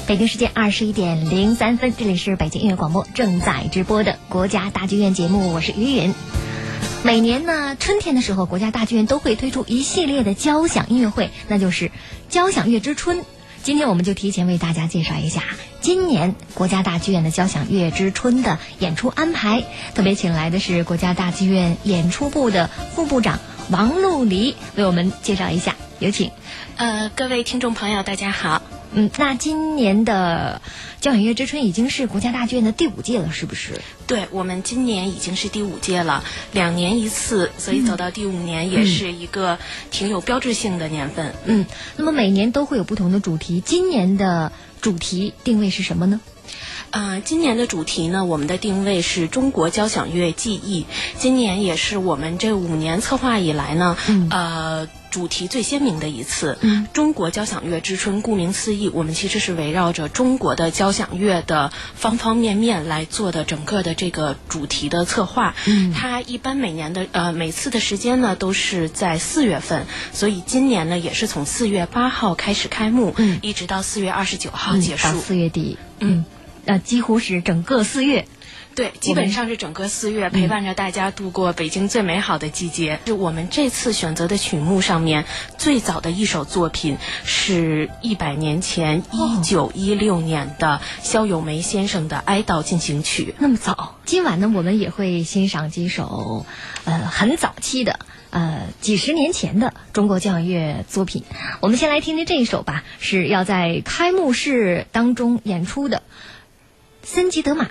北京时间21:03，这里是北京音乐广播正在直播的国家大剧院节目，我是于云。每年呢，春天的时候，国家大剧院都会推出一系列的交响音乐会，那就是交响乐之春。今天我们就提前为大家介绍一下今年国家大剧院的交响乐之春的演出安排，特别请来的是国家大剧院演出部的副部长王璐黎为我们介绍一下，有请。 各位听众朋友大家好。 那今年的交响乐之春已经是国家大剧院的第5届了，是不是？ 对，我们今年已经是第5届了，2年一次，所以走到第5年也是一个挺有标志性的年份。 那么每年都会有不同的主题，今年的主题定位是什么呢？ 今年的主题呢，我们的定位是中国交响乐记忆。今年也是我们这5年策划以来呢，主题最鲜明的一次。中国交响乐之春，顾名思义，我们其实是围绕着中国的交响乐的方方面面来做的整个的这个主题的策划。它一般每次的时间呢都是在4月份，所以今年呢也是从4月8号开始开幕，一直到4月29号结束， 到4月底。几乎是整个4月。 对，基本上是整个4月陪伴着大家度过北京最美好的季节。是我们这次选择的曲目上面最早的一首作品是100年前1916年的萧友梅先生的哀悼进行曲。 那么早。今晚呢，我们也会欣赏几首很早期的几十年前的中国交响乐作品。我们先来听听这一首吧，是要在开幕式当中演出的森吉德玛。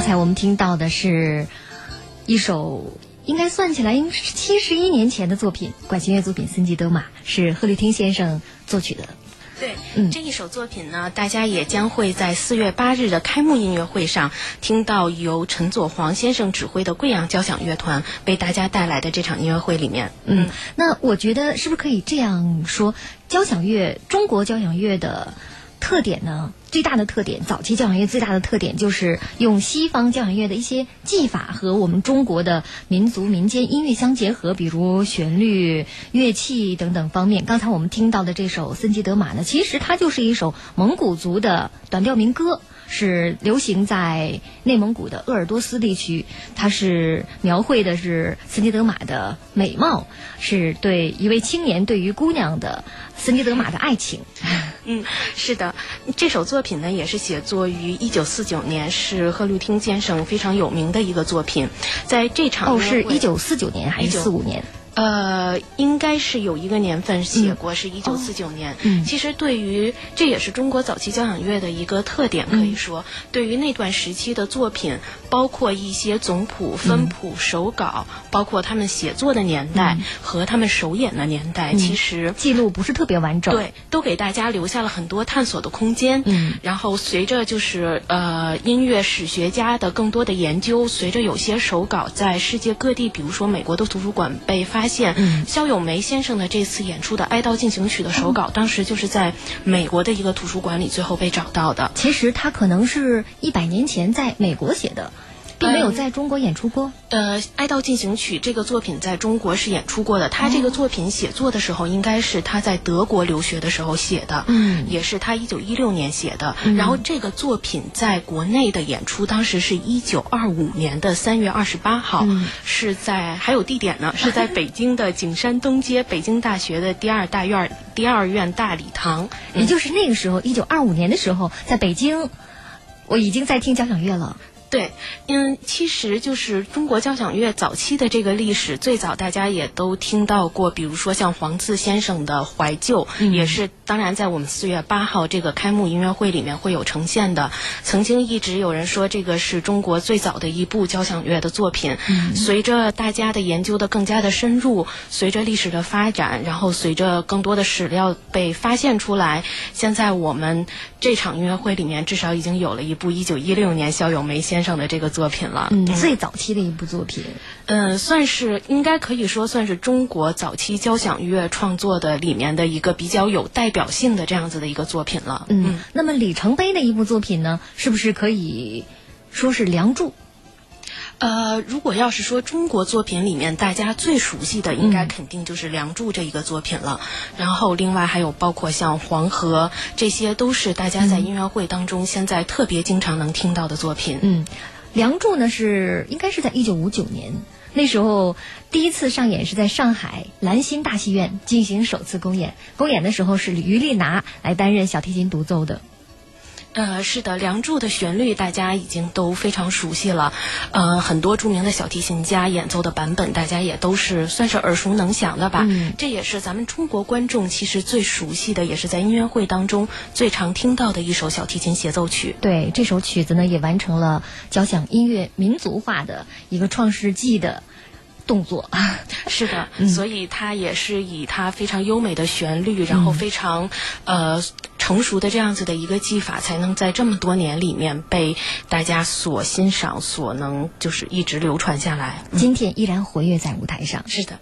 才我们听到的是一首应该算起来应该是71年前的作品，管弦乐作品《森吉德玛》，是贺绿汀先生作曲的。 对，这一首作品呢，大家也将会在4月8日的开幕音乐会上听到由陈佐黄先生指挥的贵阳交响乐团为大家带来的这场音乐会里面。 那我觉得是不是可以这样说，交响乐，中国交响乐的特点呢，最大的特点，早期交响乐最大的特点就是用西方交响乐的一些技法和我们中国的民族民间音乐相结合，比如旋律、乐器等等方面。刚才我们听到的这首《森吉德玛》呢，其实它就是一首蒙古族的短调民歌，是流行在内蒙古的鄂尔多斯地区。它是描绘的是森吉德玛的美貌，是对一位青年对于姑娘的森吉德玛的爱情。 是的，这首作品呢也是写作于1949年，是贺绿汀先生非常有名的一个作品。在这场是1949年还是45年？ 应该是有一个年份写过，是1949年。其实对于这也是中国早期交响乐的一个特点，可以说，对于那段时期的作品，包括一些总谱、分谱、手稿，包括他们写作的年代和他们首演的年代，其实记录不是特别完整， 对，都给大家留下了很多探索的空间。然后随着就是音乐史学家的更多的研究，随着有些手稿在世界各地，比如说美国的图书馆被发现，萧友梅先生的这次演出的《哀悼进行曲》的手稿，当时就是在美国的一个图书馆里最后被找到的。 其实他可能是100年前在美国写的，并没有在中国演出过。 哀悼进行曲这个作品在中国是演出过的。他这个作品写作的时候，应该是他在德国留学的时候写的，也是他1916年写的。然后这个作品在国内的演出，当时是1925年的3月28号，是在还有地点呢，是在北京的景山东街北京大学的第二院大礼堂。 也就是那个时候，1925年的时候，在北京，我已经在听交响乐了。 对，其实就是中国交响乐早期的这个历史，最早大家也都听到过，比如说像黄自先生的《怀旧》，也是当然在我们4月8号这个开幕音乐会里面会有呈现的。曾经一直有人说这个是中国最早的一部交响乐的作品。随着大家的研究的更加的深入，随着历史的发展，然后随着更多的史料被发现出来，现在我们这场音乐会里面至少已经有了一部1916年萧友梅先生的这个作品了。 最早期的一部作品。 算是应该可以说算是中国早期交响乐创作的里面的一个比较有代表性的这样子的一个作品了。 那么里程碑的一部作品呢，是不是可以说是《梁祝》？ 如果要是说中国作品里面大家最熟悉的，应该肯定就是《梁祝》这一个作品了。然后另外还有包括像《黄河》，这些都是大家在音乐会当中现在特别经常能听到的作品。 《梁祝》呢应该是在1959年，那时候第一次上演是在上海兰心大戏院进行首次公演。公演的时候是于丽娜来担任小提琴独奏的。 是的，《梁祝》的旋律大家已经都非常熟悉了，很多著名的小提琴家演奏的版本，大家也都是算是耳熟能详的吧。这也是咱们中国观众其实最熟悉的，也是在音乐会当中最常听到的一首小提琴协奏曲。 对，这首曲子呢也完成了交响音乐民族化的一个创世纪的动作。 是的，所以它也是以它非常优美的旋律，然后非常成熟的这样子的一个技法，才能在这么多年里面被大家所欣赏，所能就是一直流传下来。 今天依然活跃在舞台上。 是的。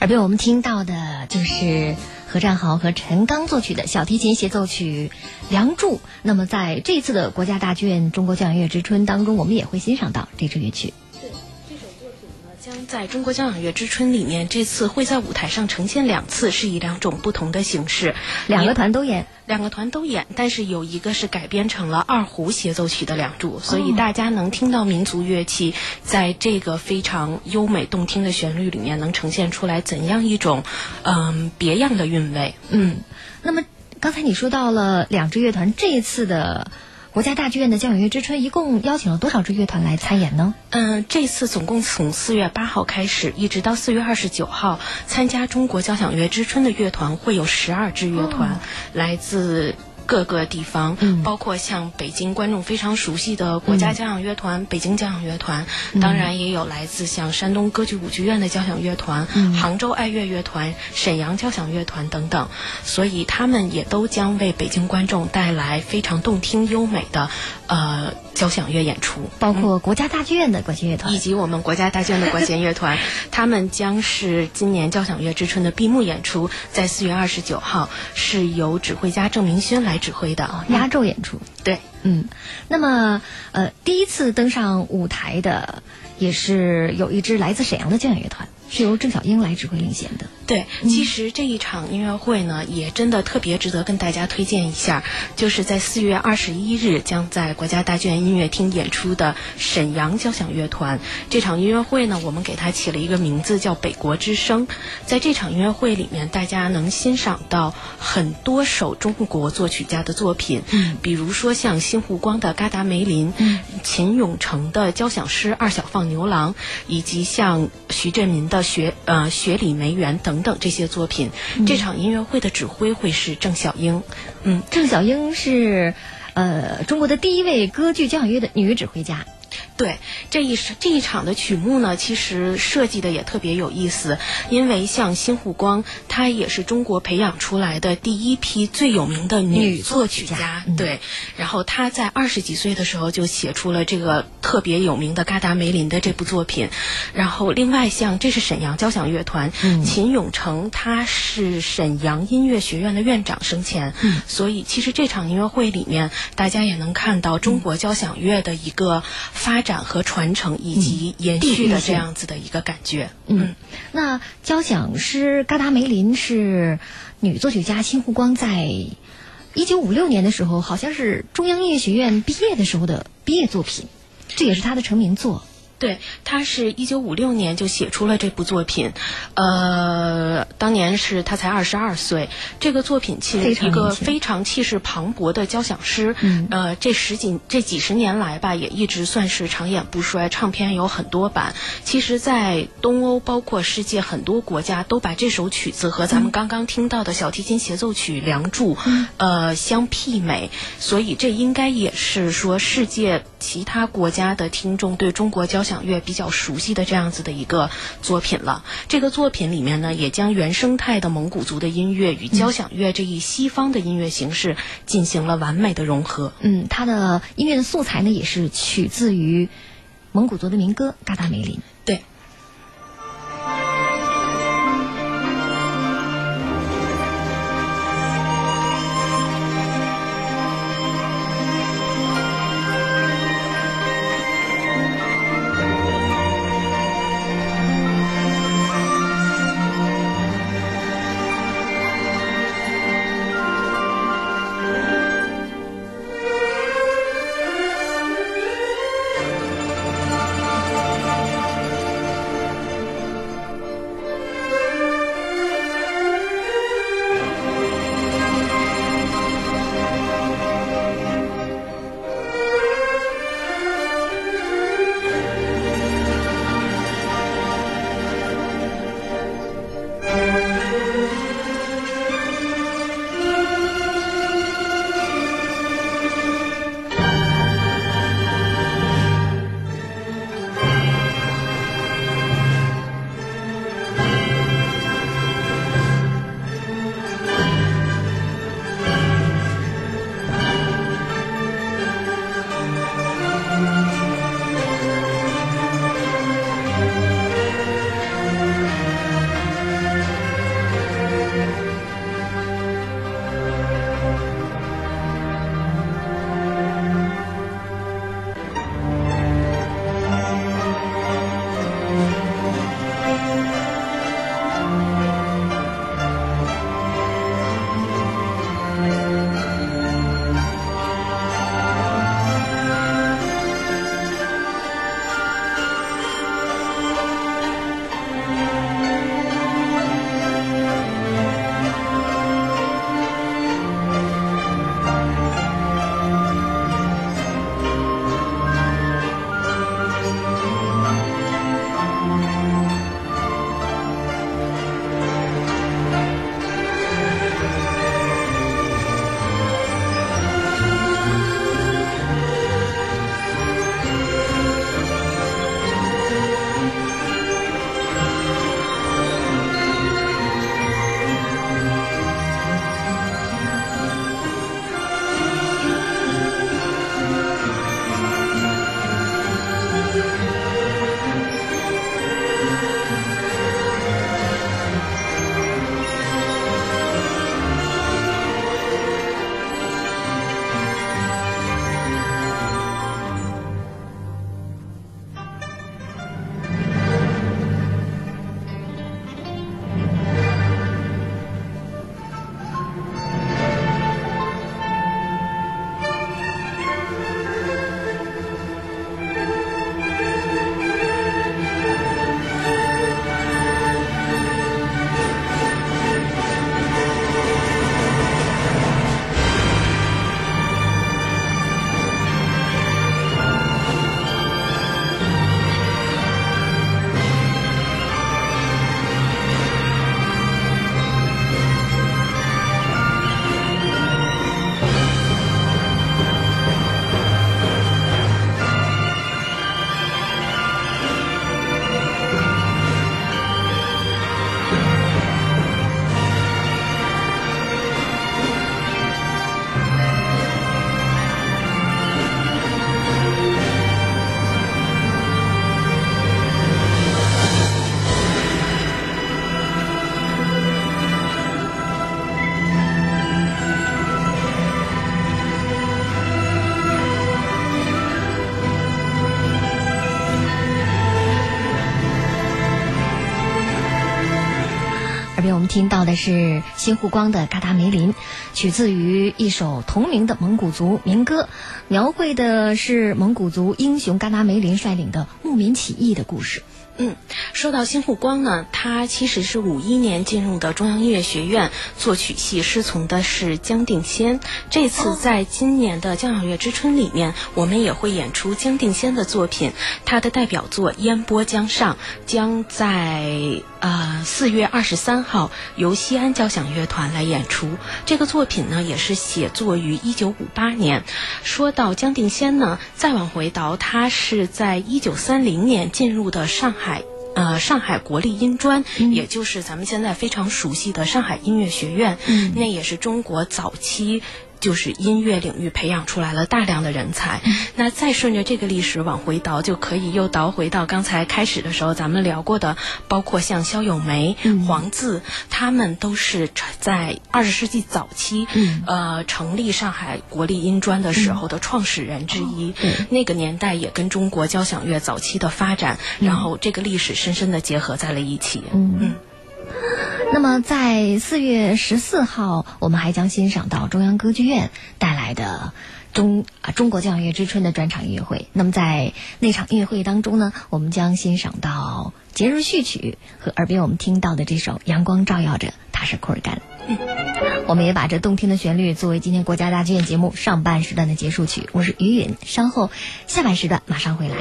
耳边我们听到的就是何占豪和陈刚作曲的小提琴协奏曲《梁祝》。那么在这次的国家大剧院中国交响乐之春当中，我们也会欣赏到这支乐曲。 对，这首作品呢，将在中国交响乐之春里面这次会在舞台上呈现2次，是以2种不同的形式， 两个团都演， 但是有一个是改编成了2胡协奏曲的《梁祝》，所以大家能听到民族乐器在这个非常优美动听的旋律里面能呈现出来怎样一种别样的韵味。 那么刚才你说到了2支乐团，这一次的国家大剧院的交响乐之春一共邀请了多少支乐团来参演呢？ 这次总共从4月8号开始，一直到4月29号，参加中国交响乐之春的乐团会有12支乐团，来自各个地方，包括像北京观众非常熟悉的国家交响乐团、北京交响乐团，当然也有来自像山东歌剧舞剧院的交响乐团、杭州爱乐乐团、沈阳交响乐团等等，所以他们也都将为北京观众带来非常动听优美的交响乐演出， 包括国家大剧院的管弦乐团， 以及我们国家大剧院的管弦乐团，他们将是今年交响乐之春的闭幕演出，在4月29号是由指挥家郑明轩来指挥的压轴演出。 对， 那么第一次登上舞台的也是有一支来自沈阳的交响乐团，是由郑小英来指挥领衔的。 对，其实这一场音乐会呢，也真的特别值得跟大家推荐一下，就是在4月21日将在国家大剧院音乐厅演出的沈阳交响乐团。这场音乐会呢，我们给它起了一个名字叫北国之声。在这场音乐会里面，大家能欣赏到很多首中国作曲家的作品，比如说像新湖光的嘎达梅林，秦永成的交响诗二小放牛郎，以及像徐振民的雪里梅园等等这些作品。这场音乐会的指挥会是郑小英。 郑小英是中国的第一位歌剧交响乐的女指挥家。 对，这一场的曲目呢，其实设计的也特别有意思，因为像新湖光，她也是中国培养出来的第一批最有名的女作曲家。对，然后她在20几岁的时候就写出了这个特别有名的嘎达梅林的这部作品。然后另外像这是沈阳交响乐团，秦永成他是沈阳音乐学院的院长生前，所以其实这场音乐会里面，大家也能看到中国交响乐的一个发展和传承以及延续的这样子的一个感觉。 那交响诗嘎达梅林是女作曲家新湖光在1956年的时候，好像是中央音乐学院毕业的时候的毕业作品，这也是她的成名作。 对，他是1956年就写出了这部作品，当年是他才22岁。这个作品其实一个非常气势磅礴的交响诗，这几十年来吧，也一直算是长演不衰，唱片有很多版。其实，在东欧包括世界很多国家都把这首曲子和咱们刚刚听到的小提琴协奏曲《梁祝》相媲美，所以这应该也是说世界其他国家的听众对中国交响乐比较熟悉的这样子的一个作品了。这个作品里面呢，也将原生态的蒙古族的音乐与交响乐这一西方的音乐形式进行了完美的融合。 它的音乐的素材呢，也是取自于蒙古族的民歌嘎达梅林。 对。 边我们听到的是新护光的《嘎达梅林》，取自于一首同名的蒙古族民歌，描绘的是蒙古族英雄嘎达梅林率领的牧民起义的故事。 说到新护光呢，他其实是51年进入的中央音乐学院，作曲系师从的是江定先。这次在今年的交响乐之春里面，我们也会演出江定先的作品，他的代表作《烟波江上》将在4月23号由西安交响乐团来演出。这个作品呢，也是写作于1958年。说到江定先呢，再往回倒，他是在1930年进入的上海国立音专，也就是咱们现在非常熟悉的上海音乐学院，那也是中国早期就是音乐领域培养出来了大量的人才。那再顺着这个历史往回倒，就可以又倒回到刚才开始的时候咱们聊过的，包括像萧友梅、黄自，他们都是在20世纪早期成立上海国立音专的时候的创始人之一。那个年代也跟中国交响乐早期的发展，然后这个历史深深的结合在了一起。 那么在4月14号，我们还将欣赏到中央歌剧院带来的中国交响乐之春的专场音乐会。那么在那场音乐会当中呢，我们将欣赏到节日序曲和耳边我们听到的这首《阳光照耀着塔什库尔干》。我们也把这动听的旋律作为今天国家大剧院节目上半时段的结束曲。我是于允，稍后下半时段马上回来。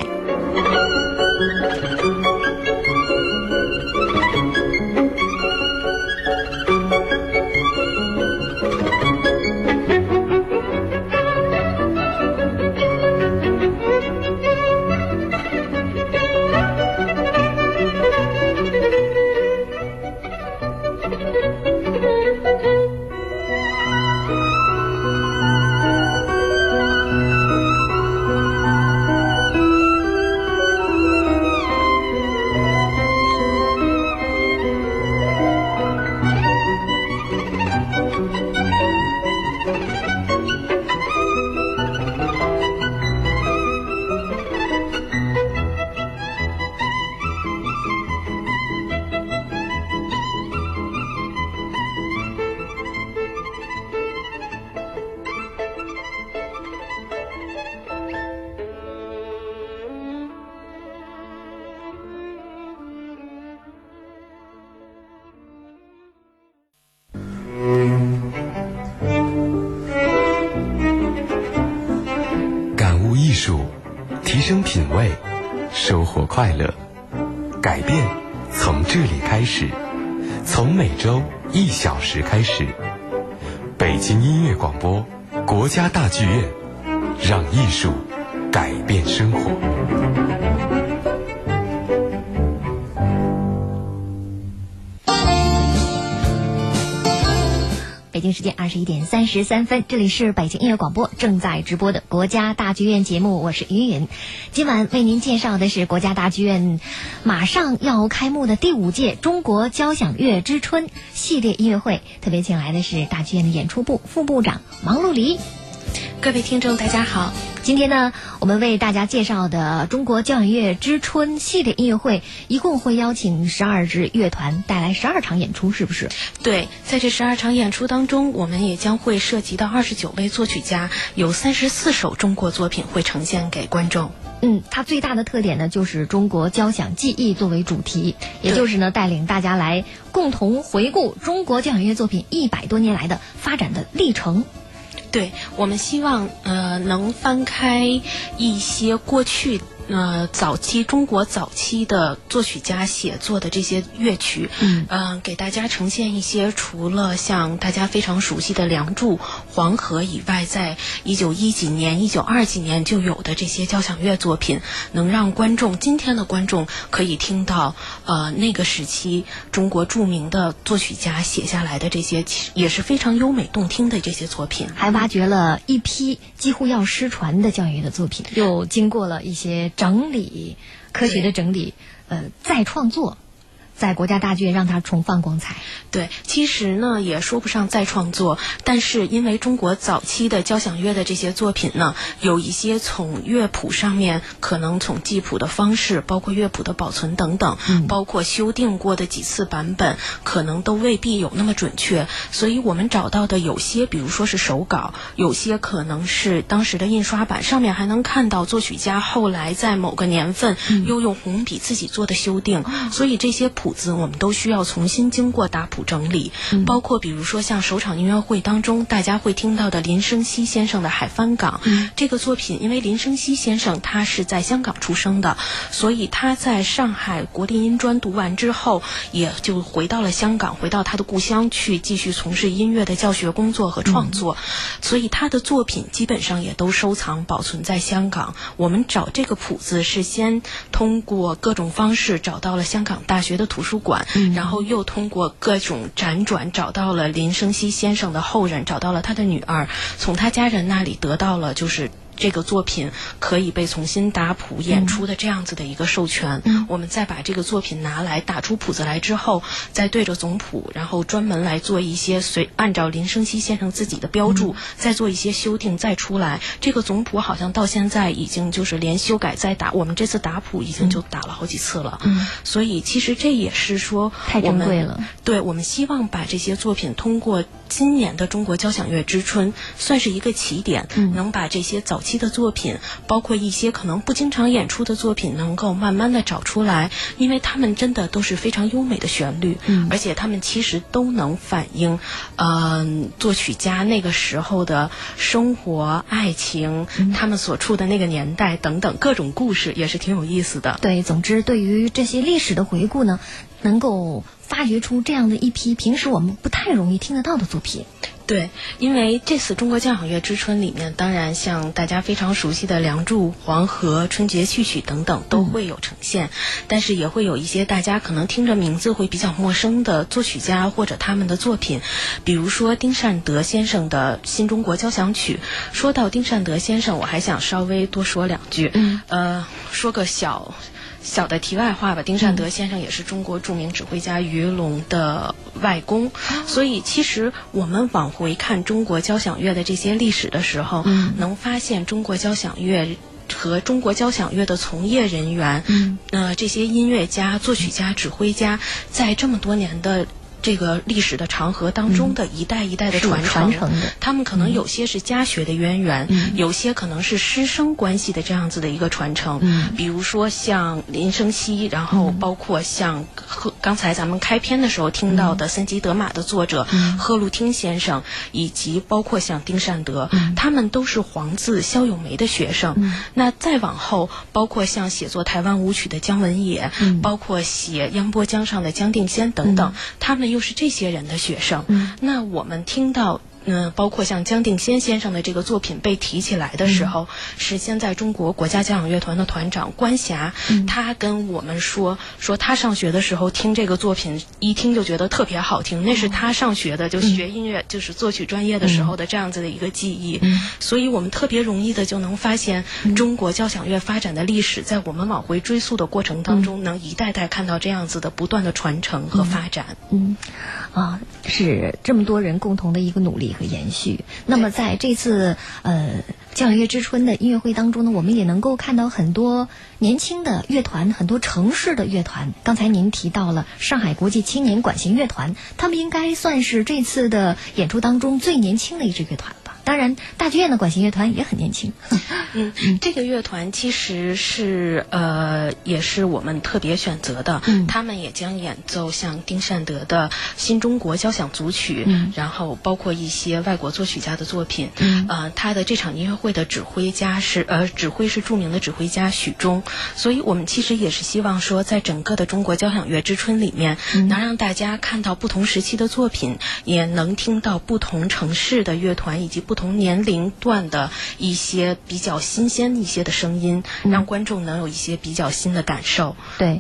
提升品味，收获快乐，改变从这里开始，从每周1小时开始。北京音乐广播，国家大剧院，让艺术改变生活。 北京时间21点33分，这里是北京音乐广播正在直播的国家大剧院节目，我是于允。今晚为您介绍的是国家大剧院马上要开幕的第5届中国交响乐之春系列音乐会，特别请来的是大剧院的演出部副部长王璐黎。 各位听众大家好， 今天呢，我们为大家介绍的中国交响乐之春系列音乐会，一共会邀请12支乐团带来12场演出，是不是？ 对，在这12场演出当中，我们也将会涉及到29位作曲家，有34首中国作品会呈现给观众。 它最大的特点呢，就是中国交响技艺作为主题，也就是呢，带领大家来共同回顾中国交响乐作品100多年来的发展的历程。 对，我们希望能翻开一些过去中国早期的作曲家写作的这些乐曲，给大家呈现一些除了像大家非常熟悉的《梁祝》《黄河》以外，在1910几年、1920几年就有的这些交响乐作品，能让今天的观众可以听到那个时期中国著名的作曲家写下来的这些也是非常优美动听的这些作品， 还挖掘了一批几乎要失传的交响乐的作品，又经过了一些整理，科学的整理，再创作， 在国家大剧院让它重放光彩。 对，其实呢也说不上再创作，但是因为中国早期的交响乐的这些作品呢，有一些从乐谱上面，可能从记谱的方式，包括乐谱的保存等等，包括修订过的几次版本，可能都未必有那么准确，所以我们找到的有些，比如说是手稿，有些可能是当时的印刷版，上面还能看到作曲家后来在某个年份又用红笔自己做的修订，所以这些谱子我们都需要重新经过打谱整理，包括比如说像首场音乐会当中大家会听到的林生熙先生的《海帆港》这个作品，因为林生熙先生他是在香港出生的，所以他在上海国立音专读完之后，也就回到了香港，回到他的故乡去继续从事音乐的教学工作和创作，所以他的作品基本上也都收藏保存在香港。我们找这个谱子是先通过各种方式找到了香港大学的图书馆，然后又通过各种辗转找到了林生熙先生的后人，找到了他的女儿，从他家人那里得到了就是这个作品可以被重新打谱演出的这样子的一个授权，我们再把这个作品拿来打出谱子来之后，再对着总谱，然后专门来做一些按照林生熙先生自己的标注，再做一些修订再出来。这个总谱好像到现在已经就是连修改再打，我们这次打谱已经就打了好几次了，所以其实这也是说太珍贵了。 对，我们希望把这些作品通过今年的中国交响乐之春算是一个起点，能把这些早期的作品，包括一些可能不经常演出的作品，能够慢慢的找出来，因为他们真的都是非常优美的旋律，而且他们其实都能反映作曲家那个时候的生活、爱情，他们所处的那个年代等等各种故事，也是挺有意思的。 对，总之对于这些历史的回顾呢，能够发掘出这样的一批平时我们不太容易听得到的作品。 对，因为这次中国交响乐之春里面，当然像大家非常熟悉的《梁祝》《黄河》《春节序曲》等等都会有呈现，但是也会有一些大家可能听着名字会比较陌生的作曲家或者他们的作品，比如说丁善德先生的《新中国交响曲》。说到丁善德先生，我还想稍微多说两句，说个小的题外话吧，丁善德先生也是中国著名指挥家于龙的外公，所以其实我们往回看中国交响乐的这些历史的时候，能发现中国交响乐和中国交响乐的从业人员，这些音乐家、作曲家、指挥家，在这么多年的这个历史的长河当中的一代一代的传承的，他们可能有些是家学的渊源，有些可能是师生关系的这样子的一个传承，比如说像林生熙，然后包括像刚才咱们开篇的时候听到的三吉德玛的作者贺路汀先生，以及包括像丁善德，他们都是黄自、萧友梅的学生。那再往后，包括像写作台湾舞曲的姜文也，包括写央波江上的江定先等等，他们又是这些人的学生。那我们听到包括像姜定先先生的这个作品被提起来的时候，是现在中国国家交响乐团的团长关霞，他跟我们说他上学的时候听这个作品，一听就觉得特别好听，那是他上学的就学音乐就是作曲专业的时候的这样子的一个记忆。所以我们特别容易的就能发现中国交响乐发展的历史，在我们往回追溯的过程当中，能一代代看到这样子的不断的传承和发展。 是这么多人共同的一个努力和延续。那么在这次交响乐之春的音乐会当中呢，我们也能够看到很多年轻的乐团，很多城市的乐团。刚才您提到了上海国际青年管弦乐团，他们应该算是这次的演出当中最年轻的一支乐团吧。当然大剧院的管弦乐团也很年轻。 这个乐团其实是也是我们特别选择的，他们也将演奏像丁善德的新中国交响组曲，然后包括一些外国作曲家的作品。他的这场音乐会的指挥是著名的指挥家许忠，所以我们其实也是希望说，在整个的中国交响乐之春里面，能让大家看到不同时期的作品，也能听到不同城市的乐团以及不同年龄段的一些比较新鲜一些的声音，让观众能有一些比较新的感受。 对。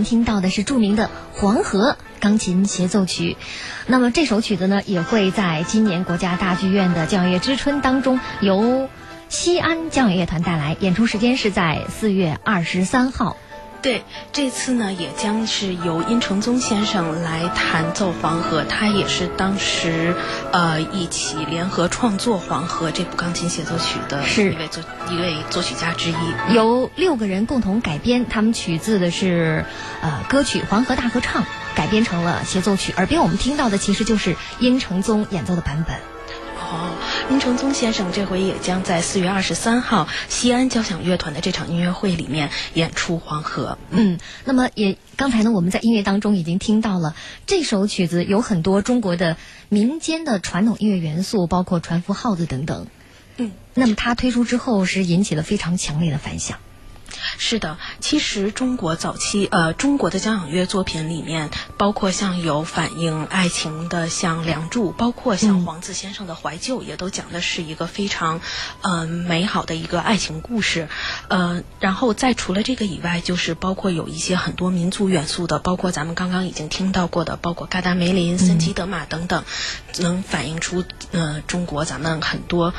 听到的是著名的《黄河》钢琴协奏曲。那么这首曲子呢，也会在今年国家大剧院的交响乐之春当中由西安交响乐团带来，演出时间是在4月23号。 对，这次呢也将是由殷承宗先生来弹奏《黄河》，他也是当时一起联合创作《黄河》这部钢琴协奏曲的一位作曲家之一。 由6个人共同改编，他们取自的是歌曲《黄河大合唱》，改编成了协奏曲。耳边我们听到的其实就是殷承宗演奏的版本。 殷承宗先生这回也将在4月23号西安交响乐团的这场音乐会里面演出《黄河》。 那么刚才呢，我们在音乐当中已经听到了这首曲子有很多中国的民间的传统音乐元素，包括船夫、号子等等。那么它推出之后是引起了非常强烈的反响。 是的，其实中国早期中国的交响乐作品里面，包括像有反映爱情的像《梁祝》，包括像黄自先生的《怀旧》，也都讲的是一个非常美好的一个爱情故事。然后再除了这个以外，就是包括有一些很多民族元素的，包括咱们刚刚已经听到过的，包括嘎达梅林、森吉德玛等等，能反映出中国咱们很多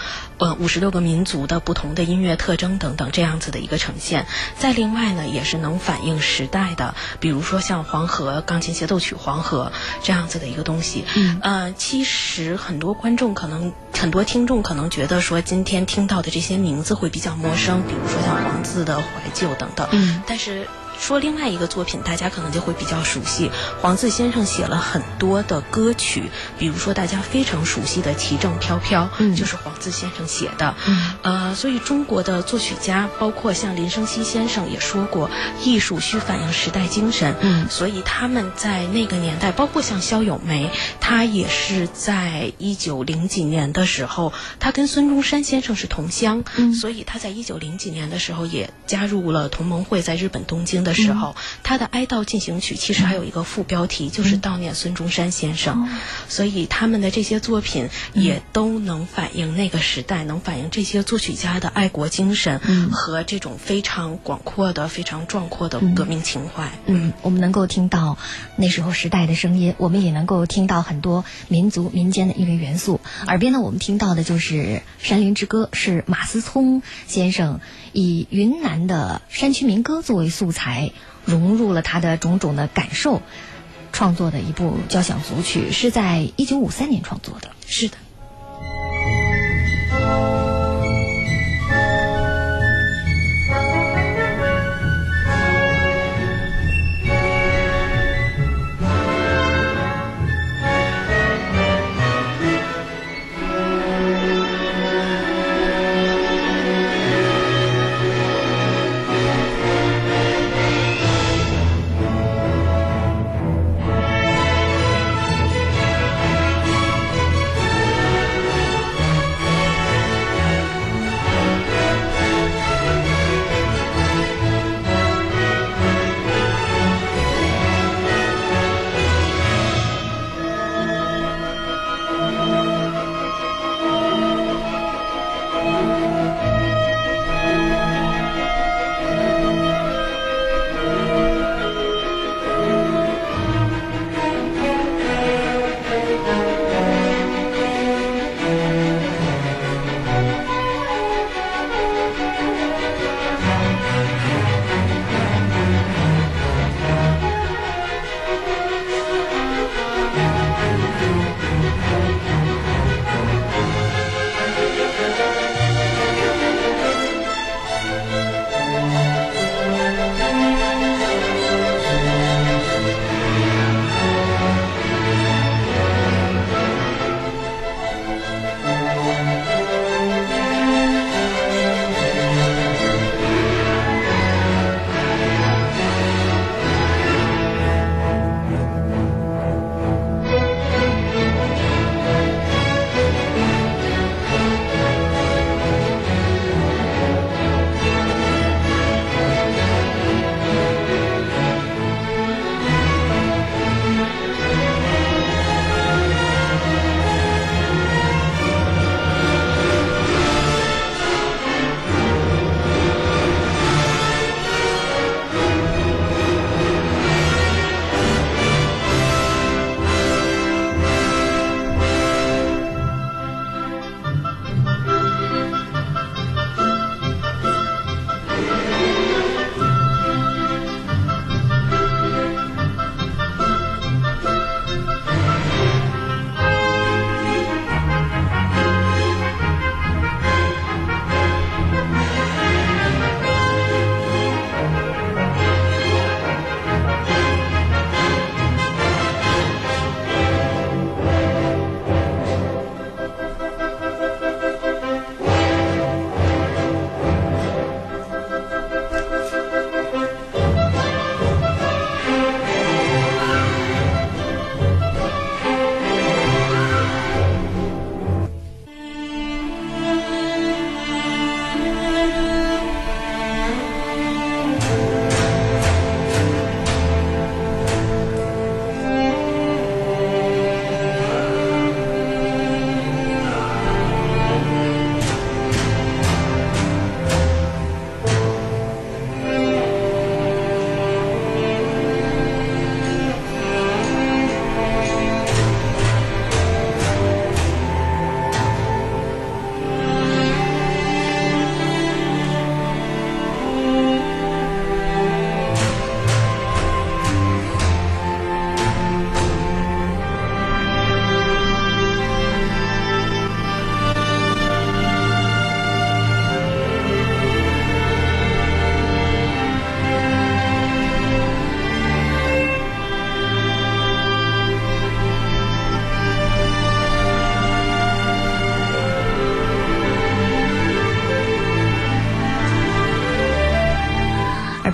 56个民族的不同的音乐特征等等这样子的一个呈现。再另外呢，也是能反映时代的，比如说像《黄河》钢琴协奏曲《黄河》这样子的一个东西。其实很多听众可能觉得说今天听到的这些名字会比较陌生，比如说像黄自的《怀旧》等等。但是说另外一个作品，大家可能就会比较熟悉。黄自先生写了很多的歌曲，比如说大家非常熟悉的《旗正飘飘》，就是黄自先生写的。所以中国的作曲家，包括像林生熙先生也说过，艺术需反映时代精神。所以他们在那个年代，包括像萧友梅，他也是在1900几年的时候，他跟孙中山先生是同乡，所以他在1900几年的时候也加入了同盟会，在日本东京的时候，他的哀悼进行曲其实还有一个副标题，就是悼念孙中山先生。所以他们的这些作品也都能反映那个时代，能反映这些作曲家的爱国精神和这种非常广阔的、非常壮阔的革命情怀。 我们能够听到那时候时代的声音，我们也能够听到很多民族民间的音乐元素。耳边呢，我们听到的就是《山林之歌》，是马思聪先生以云南的山区民歌作为素材，融入了他的种种的感受，创作的一部交响组曲，是在1953年创作的。 是的。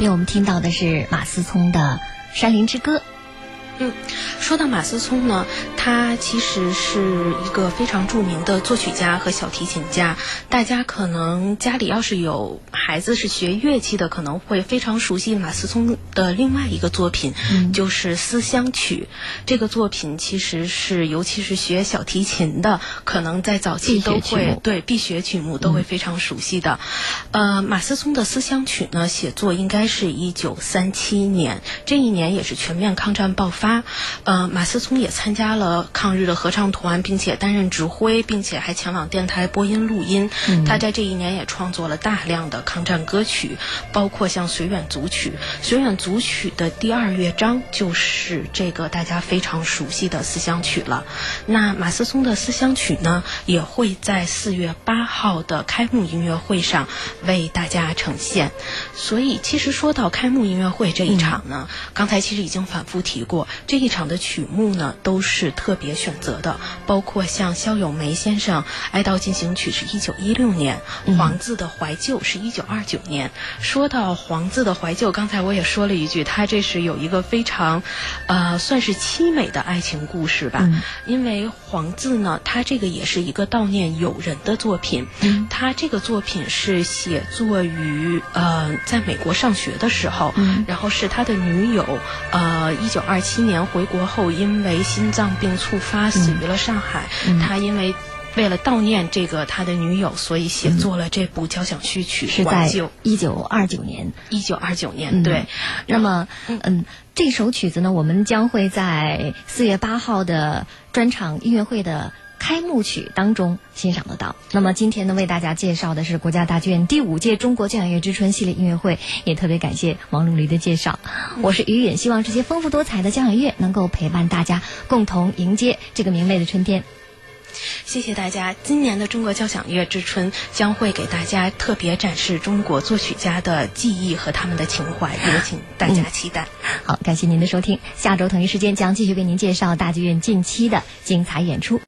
边我们听到的是马思聪的《山林之歌》。 说到马思聪呢，他其实是一个非常著名的作曲家和小提琴家。大家可能家里要是有孩子是学乐器的，可能会非常熟悉马思聪的另外一个作品，就是《思乡曲》。这个作品其实是，尤其是学小提琴的，可能在早期都会对必学曲目都会非常熟悉的。马思聪的《思乡曲》呢，写作应该是1937年，这一年也是全面抗战爆发。马思聪也参加了抗日的合唱团，并且担任指挥，并且还前往电台播音录音。他在这一年也创作了大量的抗战歌曲，包括像《绥远组曲》。《绥远组曲》的第2乐章就是这个大家非常熟悉的《思乡曲》了。那马思聪的《思乡曲》呢，也会在4月8号的开幕音乐会上为大家呈现。所以其实说到开幕音乐会这一场呢，刚才其实已经反复提过，这一场的曲目呢都是特别选择的，包括像萧友梅先生《哀悼进行曲》是1916年，黄自的《怀旧》是1929年。说到黄自的《怀旧》，刚才我也说了一句，他这是有一个非常算是凄美的爱情故事吧。因为黄自呢，他这个也是一个悼念友人的作品。他这个作品是写作于在美国上学的时候，然后是他的女友1927年回国后因为心脏病猝发死于了上海。他因为为了悼念这个他的女友，所以写作了这部交响序曲， 是在1929年。 1929年，对。 那么，这首曲子呢，我们将会在4月8号的专场音乐会的开幕曲当中欣赏得到。那么今天呢，为大家介绍的是国家大剧院第5届中国交响乐之春系列音乐会，也特别感谢王璐黎的介绍。我是于允，希望这些丰富多彩的交响乐能够陪伴大家共同迎接这个明媚的春天。 谢谢大家。今年的中国交响乐之春将会给大家特别展示中国作曲家的技艺和他们的情怀，也请大家期待。 好，感谢您的收听，下周同一时间将继续为您介绍大剧院近期的精彩演出。